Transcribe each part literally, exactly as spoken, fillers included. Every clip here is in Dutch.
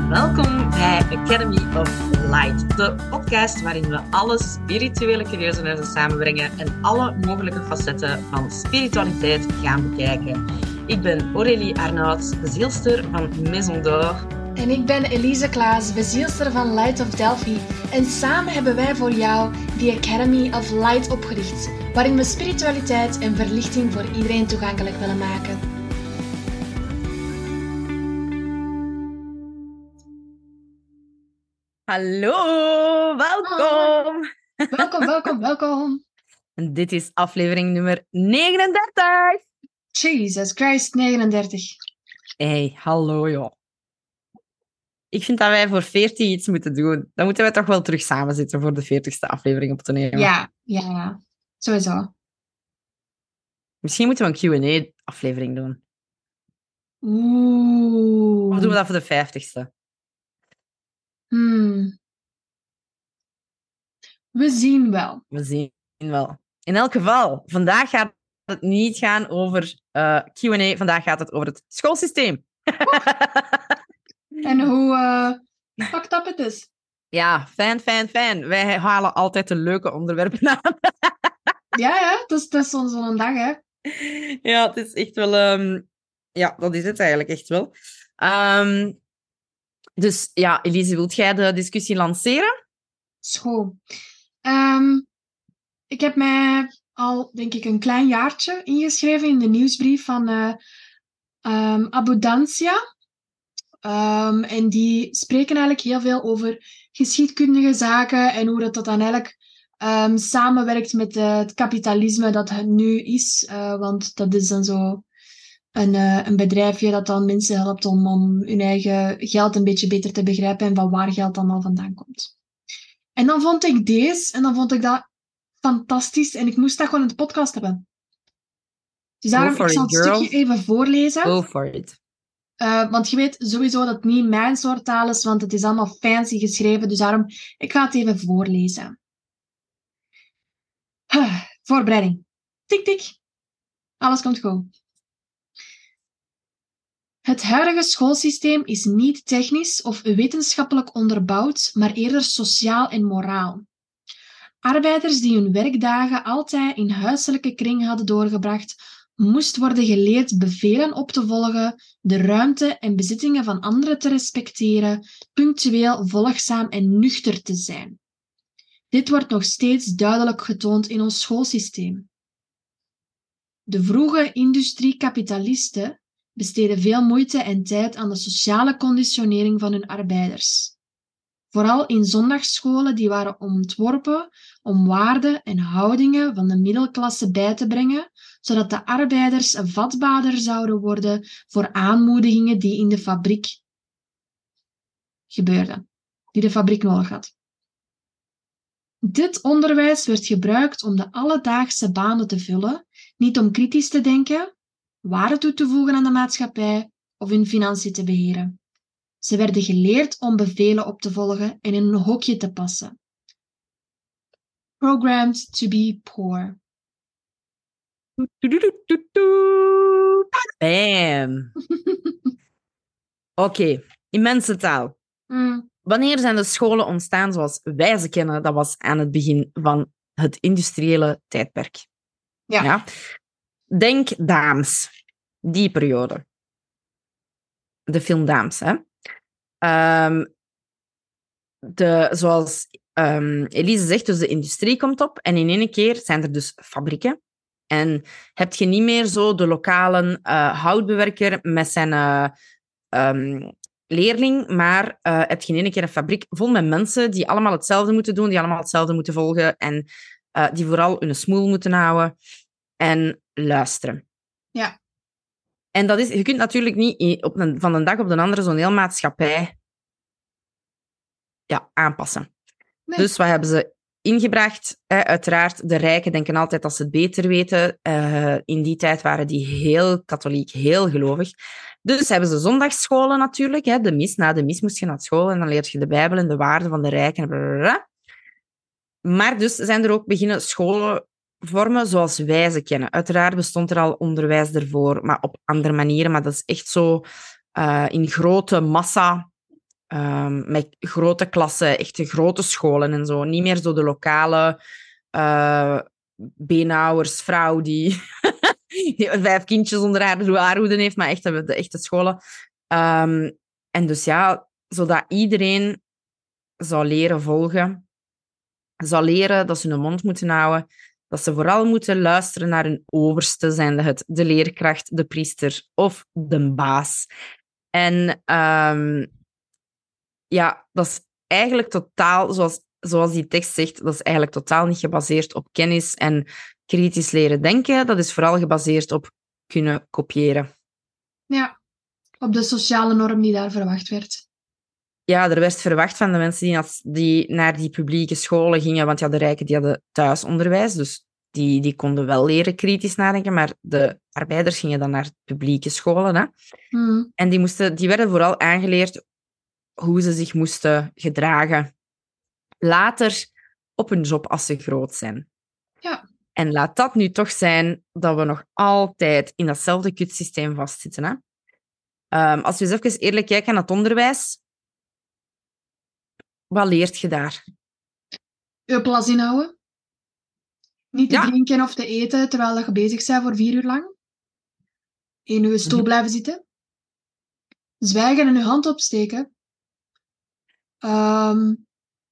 Welkom bij Academy of Light, de podcast waarin we alle spirituele curieuzen samenbrengen en alle mogelijke facetten van spiritualiteit gaan bekijken. Ik ben Aurélie Arnaud, bezielster van Maison d'Or. En ik ben Elise Klaas, bezielster van Light of Delphi. En samen hebben wij voor jou de Academy of Light opgericht, waarin we spiritualiteit en verlichting voor iedereen toegankelijk willen maken. Hallo, welkom! Oh, welkom, welkom, welkom. En dit is aflevering nummer negenendertig. Jesus Christ, negenendertig. Hey, hallo joh. Ik vind dat wij voor veertig iets moeten doen. Dan moeten wij toch wel terug samen zitten voor de veertigste aflevering op te nemen. Ja, ja, ja. Sowieso. Misschien moeten we een Q en A-aflevering doen. Oeh. Of doen we dat voor de vijftigste? Hmm. We zien wel. We zien wel. In elk geval, vandaag gaat het niet gaan over uh, Q en A. Vandaag gaat het over het schoolsysteem. En hoe uh, fucked up het is. Ja, fijn, fijn, fijn. Wij halen altijd de leuke onderwerpen aan. Ja, ja, dat is, dat is zo'n dag, hè. Ja, het is echt wel... Um... Ja, dat is het eigenlijk echt wel. Um... Dus ja, Elise, wilt jij de discussie lanceren? School. Um, ik heb mij al, denk ik, een klein jaartje ingeschreven in de nieuwsbrief van uh, um, Abundantia. Um, en die spreken eigenlijk heel veel over geschiedkundige zaken en hoe dat, dat dan eigenlijk um, samenwerkt met uh, het kapitalisme dat het nu is. Uh, want dat is dan zo een, uh, een bedrijfje dat dan mensen helpt om, om hun eigen geld een beetje beter te begrijpen en van waar geld dan al vandaan komt. En dan vond ik deze en dan vond ik dat fantastisch en ik moest dat gewoon in de podcast hebben. Dus daarom, ik zal het it, stukje even voorlezen. Go for it. Uh, want je weet sowieso dat het niet mijn soort taal is, want het is allemaal fancy geschreven. Dus daarom, ik ga het even voorlezen. Huh, voorbereiding. Tik, tik. Alles komt goed. Het huidige schoolsysteem is niet technisch of wetenschappelijk onderbouwd, maar eerder sociaal en moraal. Arbeiders die hun werkdagen altijd in huiselijke kring hadden doorgebracht, moest worden geleerd bevelen op te volgen, de ruimte en bezittingen van anderen te respecteren, punctueel, volgzaam en nuchter te zijn. Dit wordt nog steeds duidelijk getoond in ons schoolsysteem. De vroege industriekapitalisten besteden veel moeite en tijd aan de sociale conditionering van hun arbeiders. Vooral in zondagsscholen die waren ontworpen om waarden en houdingen van de middelklasse bij te brengen, zodat de arbeiders vatbaarder zouden worden voor aanmoedigingen die in de fabriek gebeurden, die de fabriek nodig had. Dit onderwijs werd gebruikt om de alledaagse banen te vullen, niet om kritisch te denken, waarde toe te voegen aan de maatschappij of hun financiën te beheren. Ze werden geleerd om bevelen op te volgen en in een hokje te passen. Programmed to be poor. Bam. Oké, okay. In mensentaal. Mm. Wanneer zijn de scholen ontstaan zoals wij ze kennen? Dat was aan het begin van het industriële tijdperk. Ja. Ja? Denk Dames. Die periode. De film Dames, hè. Um, de, zoals um, Elise zegt, dus de industrie komt op en in één keer zijn er dus fabrieken. En heb je niet meer zo de lokale uh, houtbewerker met zijn uh, um, leerling, maar uh, heb je in één keer een fabriek vol met mensen die allemaal hetzelfde moeten doen, die allemaal hetzelfde moeten volgen en uh, die vooral hun smoel moeten houden en luisteren. Ja. En dat is, je kunt natuurlijk niet op een, van een dag op de andere zo'n heel maatschappij ja, aanpassen. Nee. Dus wat hebben ze ingebracht? Eh, uiteraard, de rijken denken altijd dat ze het beter weten. Uh, in die tijd waren die heel katholiek, heel gelovig. Dus hebben ze zondagsscholen natuurlijk. Hè. De mis, na de mis moest je naar school en dan leer je de Bijbel en de waarden van de rijken. Blablabla. Maar dus zijn er ook beginnen scholen vormen zoals wij ze kennen. Uiteraard bestond er al onderwijs ervoor, maar op andere manieren. Maar dat is echt zo uh, in grote massa Um, met grote klassen, echte grote scholen en zo. Niet meer zo de lokale uh, beenhouwersvrouw die vijf kindjes onder haar haarhoeden heeft, maar echt de, de echte scholen. Um, en dus ja, zodat iedereen zou leren volgen, zou leren dat ze hun mond moeten houden, dat ze vooral moeten luisteren naar hun overste, zijnde het de leerkracht, de priester of de baas. En um, ja, dat is eigenlijk totaal, zoals, zoals die tekst zegt, dat is eigenlijk totaal niet gebaseerd op kennis en kritisch leren denken. Dat is vooral gebaseerd op kunnen kopiëren. Ja, op de sociale norm die daar verwacht werd. Ja, er werd verwacht van de mensen die, die naar die publieke scholen gingen, want ja, de rijken die hadden thuisonderwijs, dus die, die konden wel leren kritisch nadenken, maar de arbeiders gingen dan naar publieke scholen. Hè? Mm. En die, moesten, die werden vooral aangeleerd hoe ze zich moesten gedragen. Later op hun job als ze groot zijn. Ja. En laat dat nu toch zijn dat we nog altijd in datzelfde kutsysteem vastzitten. Hè? Um, als we eens even eerlijk kijken naar het onderwijs, wat leert je daar? Je plas inhouden. Niet te Ja. drinken of te eten terwijl je bezig bent voor vier uur lang. In je stoel blijven zitten. Zwijgen en je hand opsteken. Um,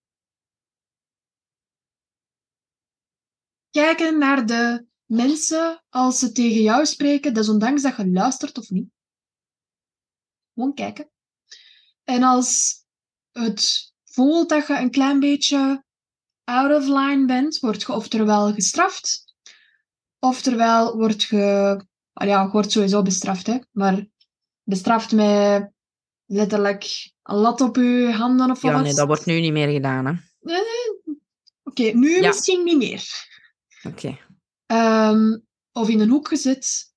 kijken naar de mensen als ze tegen jou spreken, desondanks dat je luistert of niet. Gewoon kijken. En als het voelt dat je een klein beetje out of line bent, word je oftewel gestraft, oftewel word je... Ja, je wordt sowieso bestraft, hè. Maar bestraft met letterlijk een lat op je handen of wat. Ja, nee, dat wordt nu niet meer gedaan. Hè? Nee, nee. Oké, okay, nu ja. Misschien niet meer. Oké. Okay. Um, of in een hoek gezet.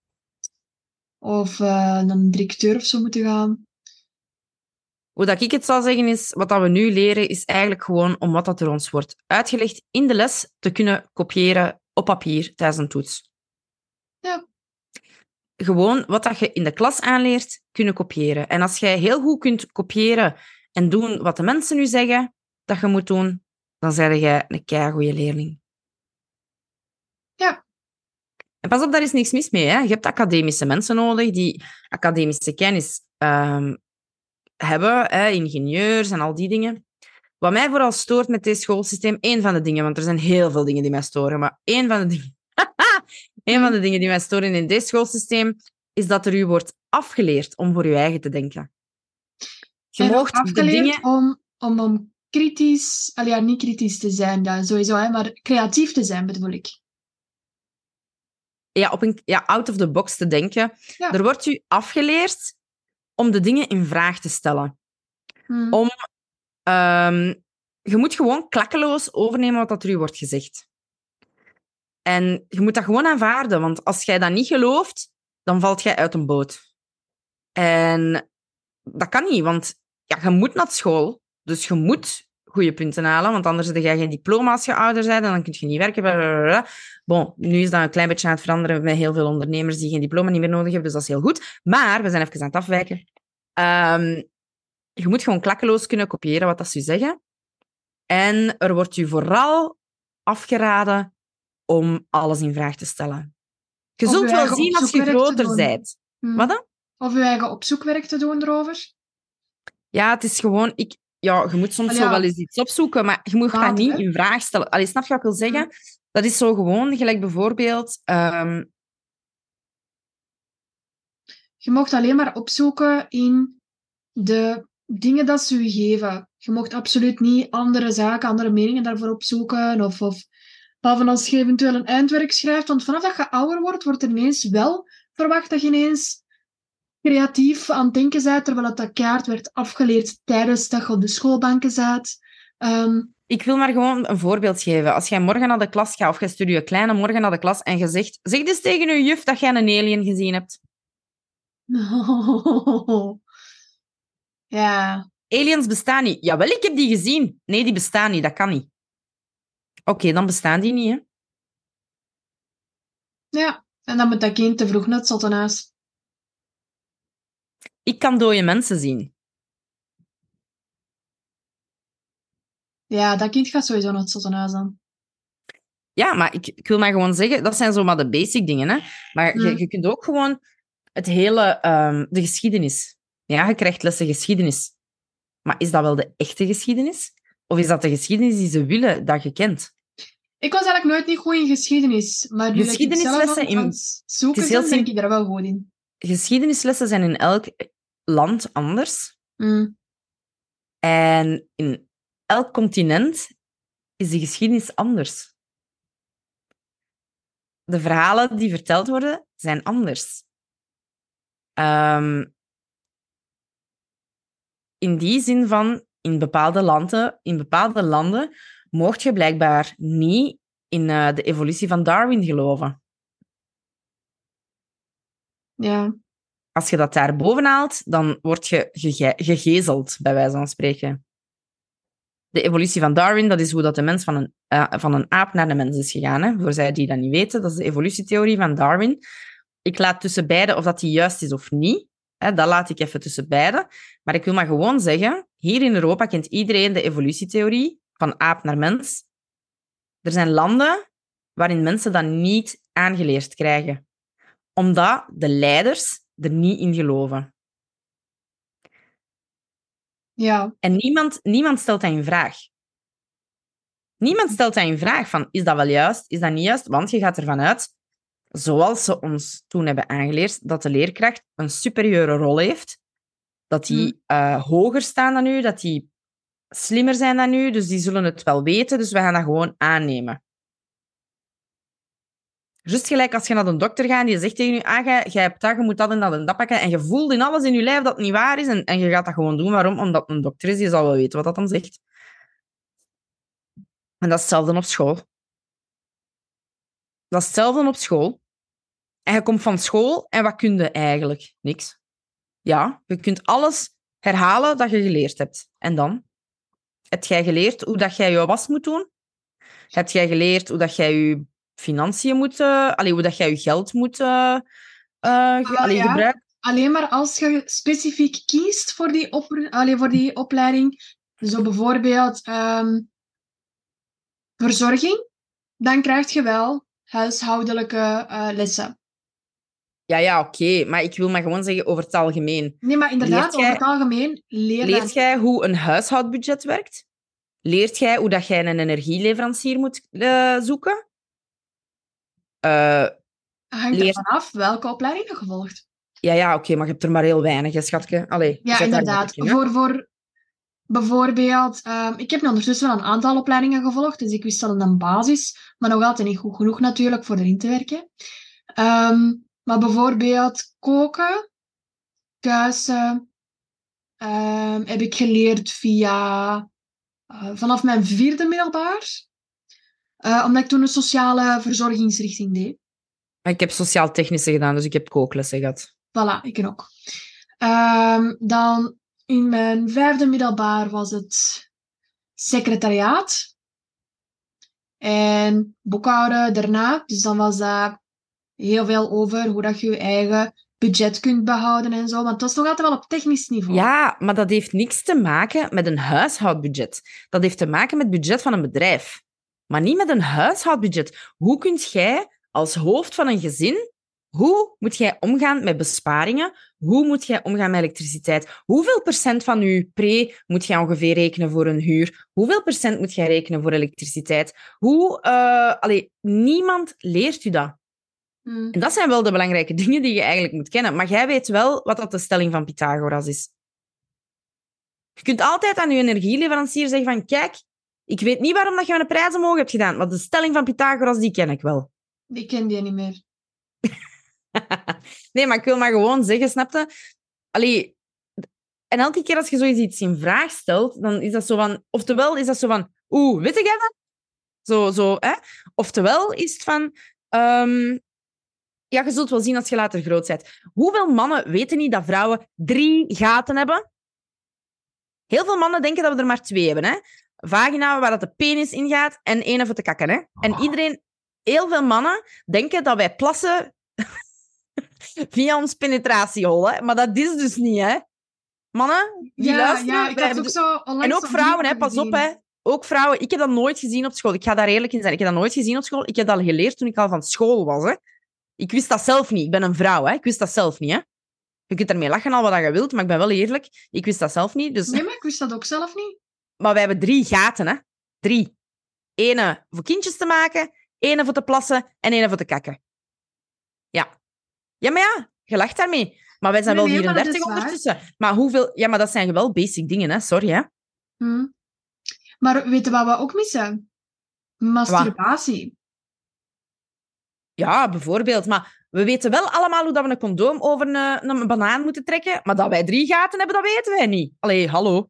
Of uh, naar een directeur of zo moeten gaan. Hoe dat ik het zou zeggen is, wat dat we nu leren, is eigenlijk gewoon om wat dat er ons wordt uitgelegd in de les te kunnen kopiëren op papier tijdens een toets. Ja. Gewoon wat dat je in de klas aanleert, kunnen kopiëren. En als jij heel goed kunt kopiëren en doen wat de mensen nu zeggen dat je moet doen, dan ben jij een keigoeie leerling. Ja. En pas op, daar is niks mis mee. Hè? Je hebt academische mensen nodig die academische kennis um, hebben, hè? Ingenieurs en al die dingen. Wat mij vooral stoort met dit schoolsysteem, één van de dingen, want er zijn heel veel dingen die mij storen, maar één van de dingen, één van de dingen die mij storen in dit schoolsysteem, is dat er u wordt afgeleerd om voor je eigen te denken. Je en moogt afgeleerd de dingen... om, om, om kritisch, al ja, niet kritisch te zijn, dat sowieso, hè, maar creatief te zijn, bedoel ik. Ja, op een, ja, out of the box te denken. Ja. Er wordt u afgeleerd om de dingen in vraag te stellen. Hmm. Om, um, je moet gewoon klakkeloos overnemen wat dat er u wordt gezegd. En je moet dat gewoon aanvaarden, want als jij dat niet gelooft, dan valt jij uit een boot. En dat kan niet, want ja, je moet naar school, dus je moet goede punten halen, want anders heb je geen diploma als je ouder bent en dan kun je niet werken. Blablabla. Bon, nu is dat een klein beetje aan het veranderen met heel veel ondernemers die geen diploma niet meer nodig hebben, dus dat is heel goed. Maar we zijn even aan het afwijken. Um, je moet gewoon klakkeloos kunnen kopiëren wat dat ze zeggen. En er wordt je vooral afgeraden om alles in vraag te stellen. Je Of zult je wel zien als je groter bent. Hmm. Wat dan? Of je eigen opzoekwerk te doen erover. Ja, het is gewoon... Ik, ja, je moet soms Al zo ja. wel eens iets opzoeken, maar je moet Later, dat niet hè? in vraag stellen. Allee, snap je wat ik wil zeggen? Hmm. Dat is zo gewoon, gelijk bijvoorbeeld... Um... Je mocht alleen maar opzoeken in de dingen dat ze je geven. Je mocht absoluut niet andere zaken, andere meningen daarvoor opzoeken. Of, of behalve als je eventueel een eindwerk schrijft. Want vanaf dat je ouder wordt, wordt er ineens wel verwacht dat je ineens creatief aan het denken bent, terwijl het dat kaart werd afgeleerd tijdens dat je op de schoolbanken zat. Um, Ik wil maar gewoon een voorbeeld geven. Als jij morgen naar de klas gaat, of jij stuurt je kleine morgen naar de klas en je zegt, zeg dus tegen je juf dat jij een alien gezien hebt. No. Ja. Aliens bestaan niet. Jawel, ik heb die gezien. Nee, die bestaan niet. Dat kan niet. Oké, okay, dan bestaan die niet, hè. Ja, en dan moet dat kind te vroeg naar het zottenhuis. Ik kan dode mensen zien. Ja, dat kind gaat sowieso naar het zottenhuis dan. Ja, maar ik, ik wil maar gewoon zeggen, dat zijn zomaar de basic dingen, hè. Maar je, Mm. je kunt ook gewoon het hele... ehm, de geschiedenis. Ja, je krijgt lessen geschiedenis. Maar is dat wel de echte geschiedenis? Of is dat de geschiedenis die ze willen dat je kent? Ik was eigenlijk nooit niet goed in geschiedenis, maar nu dat ik zelf Geschiedenislessen aan, in- aan het zoeken het is heel ben, ben sim- ik daar wel goed in. Geschiedenislessen zijn in elk land anders. Mm. En in elk continent is de geschiedenis anders. De verhalen die verteld worden, zijn anders. Ehm, in die zin van, in bepaalde landen, in bepaalde landen mocht je blijkbaar niet in eh, de evolutie van Darwin geloven. Ja. Als je dat daar boven haalt, dan word je gege- gegezeld, bij wijze van spreken. De evolutie van Darwin, dat is hoe dat de mens van een, eh, van een aap naar de mens is gegaan. Hè? Voor zij die dat niet weten, dat is de evolutietheorie van Darwin. Ik laat tussen beide of dat die juist is of niet. Hè, dat laat ik even tussen beide. Maar ik wil maar gewoon zeggen, hier in Europa kent iedereen de evolutietheorie van aap naar mens. Er zijn landen waarin mensen dat niet aangeleerd krijgen. Omdat de leiders er niet in geloven. Ja. En niemand, niemand stelt dat in vraag. Niemand stelt dat in vraag van, is dat wel juist, is dat niet juist? Want je gaat ervan uit, zoals ze ons toen hebben aangeleerd, dat de leerkracht een superieure rol heeft, dat die uh, hoger staan dan u, dat die slimmer zijn dan u, dus die zullen het wel weten, dus we gaan dat gewoon aannemen. Juist gelijk als je naar de dokter gaat en die zegt tegen je, ah, jij, jij hebt dat, je moet dat en dat en dat pakken, en je voelt in alles in je lijf dat het niet waar is, en, en je gaat dat gewoon doen. Waarom? Omdat het een dokter is, die zal wel weten wat dat dan zegt. En dat is hetzelfde op school. Dat is hetzelfde op school. En je komt van school en wat kun je eigenlijk? Niks. Ja, je kunt alles herhalen dat je geleerd hebt. En dan? Heb jij geleerd hoe dat jij je was moet doen? Heb jij geleerd hoe dat jij je financiën moet... Uh, allee, hoe dat jij je geld moet uh, uh, ge- Ah, allee, ja. gebruiken? Alleen maar als je specifiek kiest voor die, op, allee, voor die opleiding, zo bijvoorbeeld ehm, verzorging, dan krijg je wel huishoudelijke uh, lessen. Ja, ja, oké. Okay. Maar ik wil maar gewoon zeggen over het algemeen. Nee, maar inderdaad, Leert over jij, het algemeen leer leert dan... jij hoe een huishoudbudget werkt? Leert jij hoe dat jij een energieleverancier moet uh, zoeken? Uh, hangt er vanaf welke opleiding je volgt. Ja, ja, oké, okay, maar je hebt er maar heel weinig, hè, schatje. Allee, ja, inderdaad. In, voor, voor bijvoorbeeld... Um, ik heb nu ondertussen wel een aantal opleidingen gevolgd, dus ik wist al een basis, maar nog altijd niet goed genoeg natuurlijk voor erin te werken. Um, maar bijvoorbeeld koken, kuisen, um, heb ik geleerd via... Uh, vanaf mijn vierde middelbaar. Uh, omdat ik toen een sociale verzorgingsrichting deed. Ik heb sociaal-technische gedaan, dus ik heb kooklessen gehad. Voilà, ik ook. Um, dan in mijn vijfde middelbaar was het secretariaat. En boekhouden daarna. Dus dan was dat heel veel over hoe dat je je eigen budget kunt behouden en zo. Want het was nog altijd wel op technisch niveau. Ja, maar dat heeft niks te maken met een huishoudbudget. Dat heeft te maken met het budget van een bedrijf. Maar niet met een huishoudbudget. Hoe kun jij als hoofd van een gezin... Hoe moet jij omgaan met besparingen? Hoe moet jij omgaan met elektriciteit? Hoeveel procent van je pre moet jij ongeveer rekenen voor een huur? Hoeveel procent moet jij rekenen voor elektriciteit? Hoe, uh, allee, niemand leert u dat. Hmm. En dat zijn wel de belangrijke dingen die je eigenlijk moet kennen. Maar jij weet wel wat dat de stelling van Pythagoras is. Je kunt altijd aan je energieleverancier zeggen van kijk, ik weet niet waarom dat je een prijs omhoog hebt gedaan, maar de stelling van Pythagoras, die ken ik wel. Ik ken die niet meer. Nee, maar ik wil maar gewoon zeggen, snap je? Allee, en elke keer als je zoiets iets in vraag stelt, dan is dat zo van... Oftewel is dat zo van... Oeh, weet jij dat? Zo, zo, hè? Oftewel is het van... Um, ja, je zult wel zien als je later groot bent. Hoeveel mannen weten niet dat vrouwen drie gaten hebben? Heel veel mannen denken dat we er maar twee hebben, hè? Vagina, waar dat de penis in gaat, en één voor te kakken, hè? En iedereen... Heel veel mannen denken dat wij plassen... via ons penetratiehol, hè? Maar dat is dus niet, hè? Mannen, die ja, luisteren... Ja, ik had ook zo en ook vrouwen, hè? Pas op, hè? ook vrouwen, ik heb dat nooit gezien op school. Ik ga daar eerlijk in zijn. Ik heb dat nooit gezien op school. Ik heb dat geleerd toen ik al van school was. Hè. Ik wist dat zelf niet. Ik ben een vrouw. Hè. Ik wist dat zelf niet. Hè. Je kunt ermee lachen al wat je wilt, maar ik ben wel eerlijk. Ik wist dat zelf niet. Dus... Nee, maar ik wist dat ook zelf niet. Maar wij hebben drie gaten. Hè. Drie. Ene voor kindjes te maken, ene voor te plassen en ene voor te kakken. Ja. Ja, maar ja, je lacht daarmee. Maar wij zijn Nee, wel nee, maar dat vierendertig is waar. ondertussen. Maar hoeveel... Ja, maar dat zijn wel basic dingen, hè. Sorry, hè. Hm. Maar weet je wat we ook missen? Masturbatie. Ja, bijvoorbeeld. Maar we weten wel allemaal hoe dat we een condoom over een, een banaan moeten trekken. Maar dat wij drie gaten hebben, dat weten wij niet. Allee, hallo.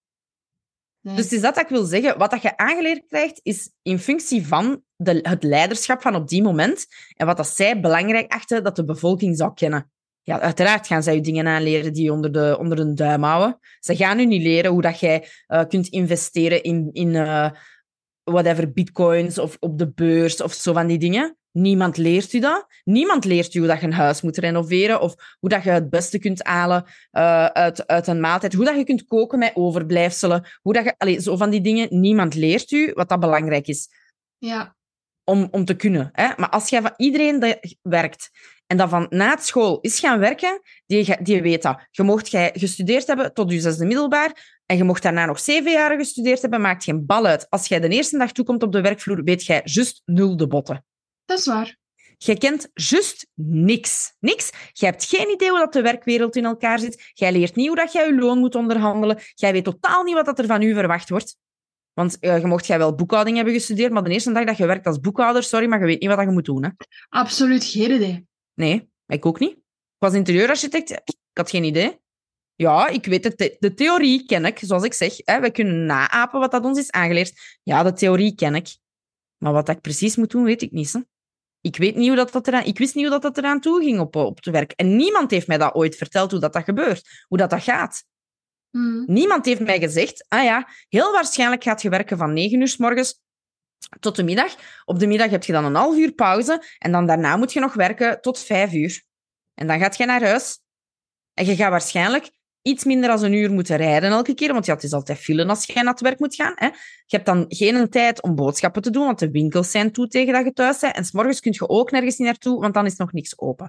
Nee. Dus het is dat dat ik wil zeggen. Wat dat je aangeleerd krijgt, is in functie van de, het leiderschap van op die moment. En wat dat zij belangrijk achten dat de bevolking zou kennen. Ja, uiteraard gaan zij je dingen aanleren die je onder de, onder de duim houden. Ze gaan u niet leren hoe dat jij uh, kunt investeren in, in uh, whatever, bitcoins of op de beurs of zo van die dingen. Niemand leert u dat. Niemand leert u hoe dat je een huis moet renoveren of hoe dat je het beste kunt halen uh, uit, uit een maaltijd. Hoe dat je kunt koken met overblijfselen. Hoe dat je, allez, zo van die dingen. Niemand leert u wat dat belangrijk is. Ja. Om, om te kunnen. Hè? Maar als jij van iedereen dat werkt en dat van na het school is gaan werken, die, die weet dat. Je mocht jij gestudeerd hebben tot je zesde middelbaar en je mocht daarna nog zeven jaar gestudeerd hebben, maakt geen bal uit. Als jij de eerste dag toekomt op de werkvloer, weet jij juist nul de botten. Dat is waar. Jij kent juist niks. Niks. Jij hebt geen idee hoe dat de werkwereld in elkaar zit. Jij leert niet hoe dat jij je loon moet onderhandelen. Jij weet totaal niet wat dat er van u verwacht wordt. Want uh, je mocht jij wel boekhouding hebben gestudeerd, maar de eerste dag dat je werkt als boekhouder, sorry, maar je weet niet wat je moet doen. Hè? Absoluut geen idee. Nee, ik ook niet. Ik was interieurarchitect, ik had geen idee. Ja, ik weet het. De, de theorie ken ik, zoals ik zeg. Hè, we kunnen naapen wat dat ons is aangeleerd. Ja, de theorie ken ik. Maar wat ik precies moet doen, weet ik niet. Hè. Ik, weet niet hoe dat, dat eraan, ik wist niet hoe dat, dat eraan toe ging op, op het werk. En niemand heeft mij dat ooit verteld, hoe dat, dat gebeurt. Hoe dat, dat gaat. Hmm. Niemand heeft mij gezegd, ah ja, heel waarschijnlijk gaat je werken van negen uur 's morgens tot de middag. Op de middag heb je dan een half uur pauze en dan daarna moet je nog werken tot vijf uur. En dan gaat je naar huis en je gaat waarschijnlijk iets minder dan een uur moeten rijden elke keer, want ja, het is altijd file als je naar het werk moet gaan. Hè. Je hebt dan geen tijd om boodschappen te doen, want de winkels zijn toe tegen dat je thuis bent. En 's morgens kun je ook nergens niet naartoe, want dan is nog niks open.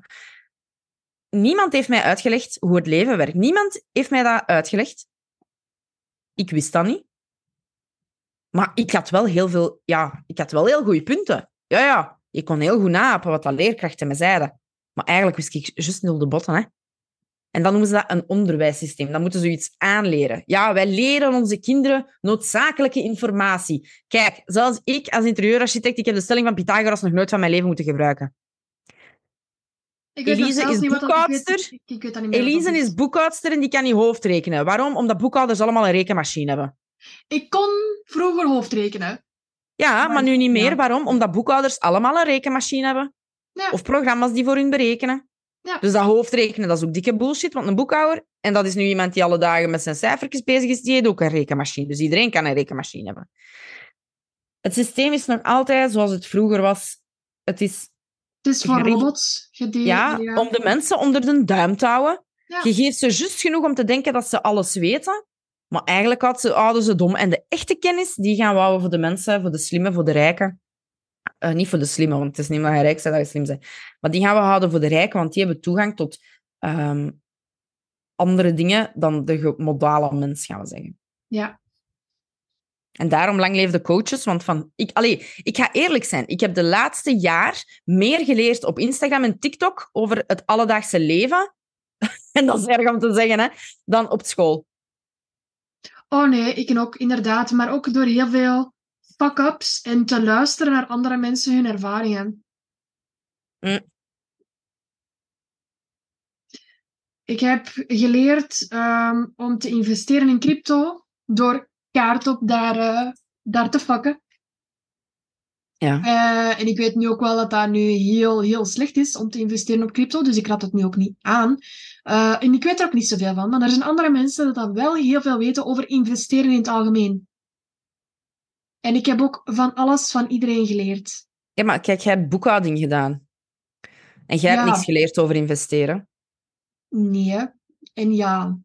Niemand heeft mij uitgelegd hoe het leven werkt. Niemand heeft mij dat uitgelegd. Ik wist dat niet. Maar ik had wel heel veel... Ja, ik had wel heel goede punten. Ja, ja. Ik kon heel goed naapen wat de leerkrachten me zeiden. Maar eigenlijk wist ik juist nul de botten, hè. En dan noemen ze dat een onderwijssysteem. Dan moeten ze iets aanleren. Ja, wij leren onze kinderen noodzakelijke informatie. Kijk, zelfs ik als interieurarchitect, ik heb de stelling van Pythagoras nog nooit van mijn leven moeten gebruiken. Ik weet Elise is niet wat boekhoudster. Dat, ik weet, ik, ik weet dat niet meer Elise wat dat is boekhoudster en die kan niet hoofdrekenen. Waarom? Omdat boekhouders allemaal een rekenmachine hebben. Ik kon vroeger hoofdrekenen. Ja, maar, maar nu niet meer. Ja. Waarom? Omdat boekhouders allemaal een rekenmachine hebben. Ja. Of programma's die voor hun berekenen. Ja. Dus dat hoofdrekenen, dat is ook dikke bullshit, want een boekhouder, en dat is nu iemand die alle dagen met zijn cijfertjes bezig is, die heeft ook een rekenmachine. Dus iedereen kan een rekenmachine hebben. Het systeem is nog altijd zoals het vroeger was. Het is... Het is voor gericht... robots. Gede- ja, ja, om de mensen onder de duim te houden. Ja. Je geeft ze juist genoeg om te denken dat ze alles weten, maar eigenlijk houden ze, houden ze dom. En de echte kennis, die gaan we houden voor de mensen, voor de slimmen, voor de rijken. Uh, niet voor de slimmen, want het is niet omdat je rijk bent dat je slim bent. Maar die gaan we houden voor de rijken, want die hebben toegang tot um, andere dingen dan de modale mens, gaan we zeggen. Ja. En daarom lang leefde coaches, want van... Ik, allee, ik ga eerlijk zijn, ik heb de laatste jaar meer geleerd op Instagram en TikTok over het alledaagse leven, en dat is erg om te zeggen, hè, dan op school. Oh nee, ik ook, inderdaad. Maar ook door heel veel fuck-ups en te luisteren naar andere mensen hun ervaringen. Mm. Ik heb geleerd um, om te investeren in crypto door kaart op daar, uh, daar te fucken. Ja. Uh, en ik weet nu ook wel dat dat nu heel, heel slecht is om te investeren op crypto, dus ik raad het nu ook niet aan. Uh, en ik weet er ook niet zoveel van, maar er zijn andere mensen die dat wel heel veel weten over investeren in het algemeen. En ik heb ook van alles van iedereen geleerd. Ja, maar kijk, jij hebt boekhouding gedaan. En jij ja. hebt niks geleerd over investeren. Nee. En ja.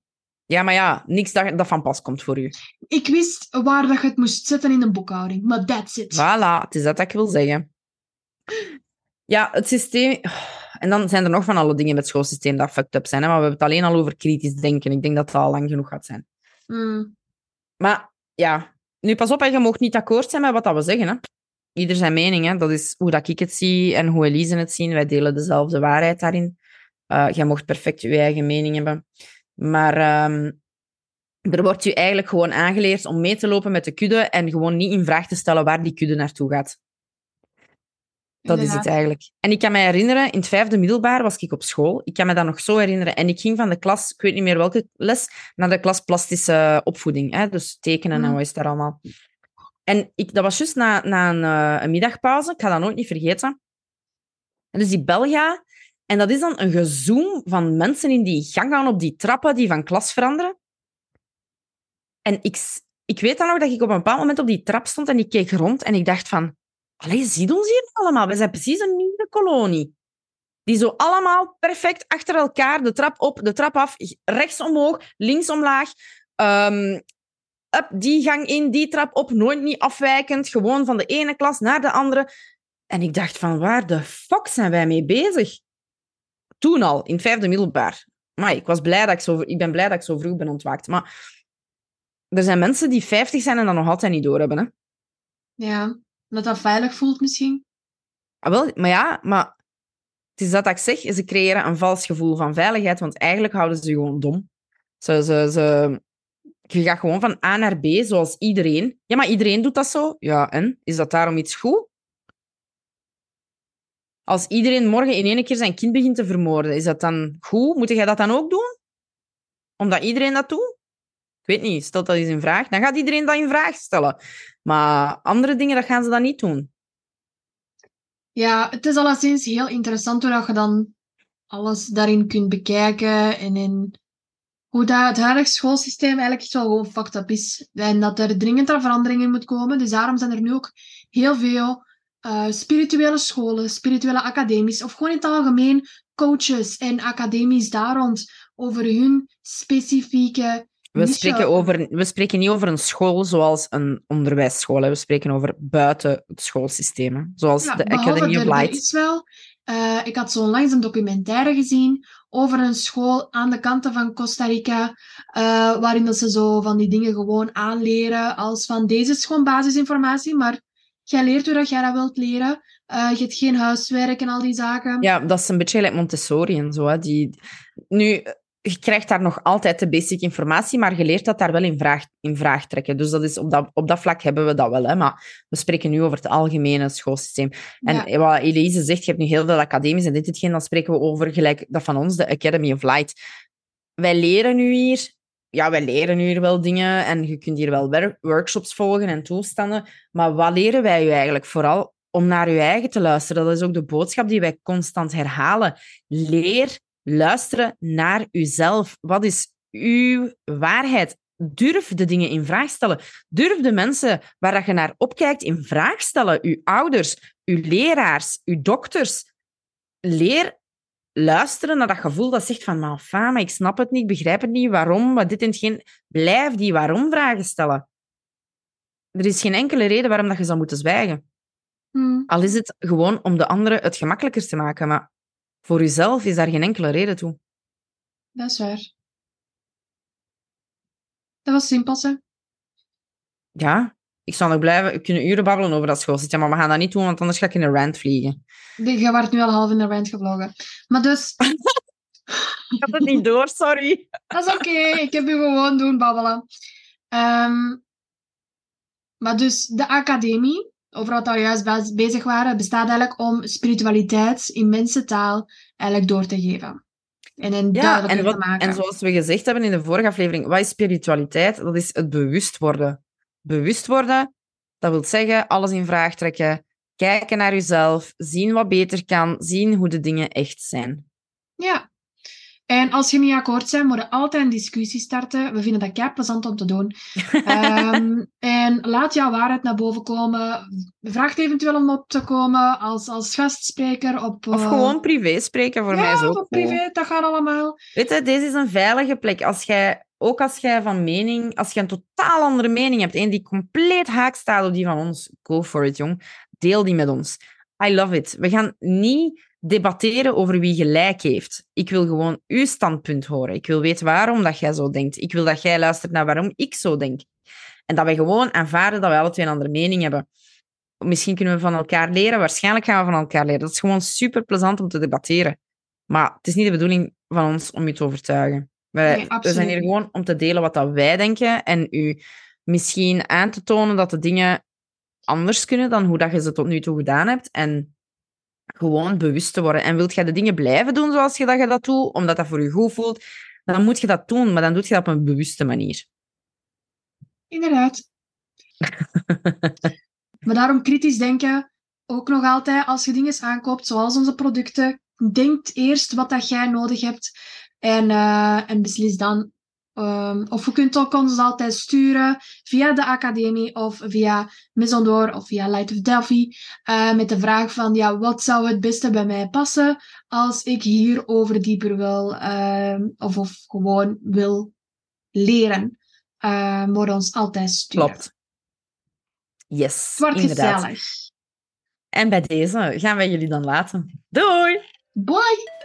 Ja, maar ja, niks dat, dat van pas komt voor u. Ik wist waar dat je het moest zetten in een boekhouding, maar that's it. Voilà, het is dat dat ik wil zeggen. Ja, het systeem... En dan zijn er nog van alle dingen met het schoolsysteem dat fucked up zijn. Hè? Maar we hebben het alleen al over kritisch denken. Ik denk dat dat al lang genoeg gaat zijn. Mm. Maar ja, nu pas op, hè, je mag niet akkoord zijn met wat dat we zeggen. Hè? Ieder zijn mening. Hè? Dat is hoe dat ik het zie en hoe Elise het zien. Wij delen dezelfde waarheid daarin. Uh, jij mocht perfect je eigen mening hebben. Maar um, er wordt je eigenlijk gewoon aangeleerd om mee te lopen met de kudde en gewoon niet in vraag te stellen waar die kudde naartoe gaat. Dat is het eigenlijk. En ik kan me herinneren, in het vijfde middelbaar was ik op school. Ik kan me dat nog zo herinneren. En ik ging van de klas, ik weet niet meer welke les, naar de klas plastische opvoeding. Hè? Dus tekenen mm. en wat is daar allemaal. En ik, dat was juist na, na een, uh, een middagpauze. Ik ga dat nooit niet vergeten. En dus die bel gaat. En dat is dan een gezoom van mensen in die gang gaan op die trappen die van klas veranderen. En ik, ik weet dan nog dat ik op een bepaald moment op die trap stond en ik keek rond en ik dacht van... Allee, zie ons hier allemaal. We zijn precies een nieuwe kolonie. Die zo allemaal perfect achter elkaar, de trap op, de trap af, rechts omhoog, links omlaag, um, up, die gang in, die trap op, nooit niet afwijkend, gewoon van de ene klas naar de andere. En ik dacht van, waar de fuck zijn wij mee bezig? Toen al, in het vijfde middelbaar. Maar ik, was blij dat ik, zo, ik ben blij dat ik zo vroeg ben ontwaakt. Maar er zijn mensen die vijftig zijn en dat nog altijd niet doorhebben. Hè? Ja. Dat dat veilig voelt misschien. Ah, wel, maar ja, maar het is dat, dat ik zeg. Ze creëren een vals gevoel van veiligheid, want eigenlijk houden ze je gewoon dom. Ze, ze, ze... Je gaat gewoon van A naar B, zoals iedereen. Ja, maar iedereen doet dat zo. Ja, en? Is dat daarom iets goed? Als iedereen morgen in één keer zijn kind begint te vermoorden, is dat dan goed? Moet jij dat dan ook doen? Omdat iedereen dat doet? Ik weet niet, stel dat eens in vraag. Dan gaat iedereen dat in vraag stellen. Maar andere dingen, dat gaan ze dan niet doen. Ja, het is alleszins heel interessant hoe dat je dan alles daarin kunt bekijken en in hoe dat het huidige schoolsysteem eigenlijk echt wel gewoon fucked up is. En dat er dringend aan veranderingen moet komen. Dus daarom zijn er nu ook heel veel uh, spirituele scholen, spirituele academies, of gewoon in het algemeen coaches en academies daar rond over hun specifieke... We spreken, over, we spreken niet over een school zoals een onderwijsschool. Hè. We spreken over buiten het schoolsysteem. Hè. Zoals ja, de Academy of Light. Is wel, uh, ik had zo onlangs een documentaire gezien over een school aan de kanten van Costa Rica, uh, waarin dat ze zo van die dingen gewoon aanleren als van deze is gewoon basisinformatie, maar jij leert hoe dat jij dat wilt leren. Uh, je hebt geen huiswerk en al die zaken. Ja, dat is een beetje like Montessori en zo. Hè. Die... Nu... Je krijgt daar nog altijd de basic informatie, maar je leert dat daar wel in vraag, in vraag trekken. Dus dat is op, dat, op dat vlak hebben we dat wel. Hè? Maar we spreken nu over het algemene schoolsysteem. En ja. Wat Elise zegt, je hebt nu heel veel academies en dit hetgeen, dan spreken we over gelijk dat van ons, de Academy of Light. Wij leren nu hier... Ja, wij leren nu hier wel dingen en je kunt hier wel workshops volgen en toestanden. Maar wat leren wij u eigenlijk? Vooral om naar je eigen te luisteren. Dat is ook de boodschap die wij constant herhalen. Leer luisteren naar uzelf. Wat is uw waarheid? Durf de dingen in vraag stellen. Durf de mensen waar je naar opkijkt in vraag stellen. Uw ouders, uw leraars, uw dokters. Leer luisteren naar dat gevoel dat zegt van, maar enfin, maar ik snap het niet, ik begrijp het niet, waarom, wat dit en geen. Blijf die waarom-vragen stellen. Er is geen enkele reden waarom dat je zou moeten zwijgen. Hmm. Al is het gewoon om de anderen het gemakkelijker te maken, maar voor jezelf is daar geen enkele reden toe. Dat is waar. Dat was simpel, hè? Ja, ik zou nog blijven... We kunnen uren babbelen over dat schoolsysteem, maar we gaan dat niet doen, want anders ga ik in een rant vliegen. Je wordt nu al half in de rant gevlogen. Maar dus... ik had het niet door, sorry. Dat is oké, okay. Ik heb u gewoon doen babbelen. Um, maar dus, de academie, over wat we juist bezig waren, bestaat eigenlijk om spiritualiteit in mensentaal eigenlijk door te geven. En een ja, duidelijker en wat, te maken. En zoals we gezegd hebben in de vorige aflevering, wat is spiritualiteit? Dat is het bewust worden. Bewust worden, dat wil zeggen alles in vraag trekken, kijken naar jezelf, zien wat beter kan, zien hoe de dingen echt zijn. Ja. En als je niet akkoord bent, moet je altijd een discussie starten. We vinden dat kei plezant om te doen. um, en laat jouw waarheid naar boven komen. Vraag eventueel om op te komen als, als gastspreker op... Uh... Of gewoon privé spreken, voor ja, mij is ook op privé, dat gaat allemaal. Weet je, deze is een veilige plek. Als jij, ook als jij van mening... Als je een totaal andere mening hebt, één die compleet haak staat op die van ons, go for it, jong. Deel die met ons. I love it. We gaan niet debatteren over wie gelijk heeft. Ik wil gewoon uw standpunt horen. Ik wil weten waarom dat jij zo denkt. Ik wil dat jij luistert naar waarom ik zo denk. En dat we gewoon aanvaarden dat we alle twee een andere mening hebben. Misschien kunnen we van elkaar leren. Waarschijnlijk gaan we van elkaar leren. Dat is gewoon super plezant om te debatteren. Maar het is niet de bedoeling van ons om je te overtuigen. Wij, Nee, we zijn hier gewoon om te delen wat dat wij denken en u misschien aan te tonen dat de dingen anders kunnen dan hoe dat je ze tot nu toe gedaan hebt. En gewoon bewust te worden. En wilt jij de dingen blijven doen zoals je dat, je dat doet, omdat dat voor je goed voelt, dan moet je dat doen, maar dan doe je dat op een bewuste manier. Inderdaad. Maar daarom kritisch denken, ook nog altijd, als je dingen aankoopt, zoals onze producten, denk eerst wat dat jij nodig hebt en, uh, en beslis dan. Um, of je kunt ook ons altijd sturen via de academie of via Maison d'Or of via Light of Delphi uh, met de vraag van, ja, wat zou het beste bij mij passen als ik hierover dieper wil uh, of, of gewoon wil leren. Uh, moet ons altijd sturen. Klopt. Yes, Het wordt inderdaad. gezellig. En bij deze gaan wij jullie dan laten. Doei! Bye!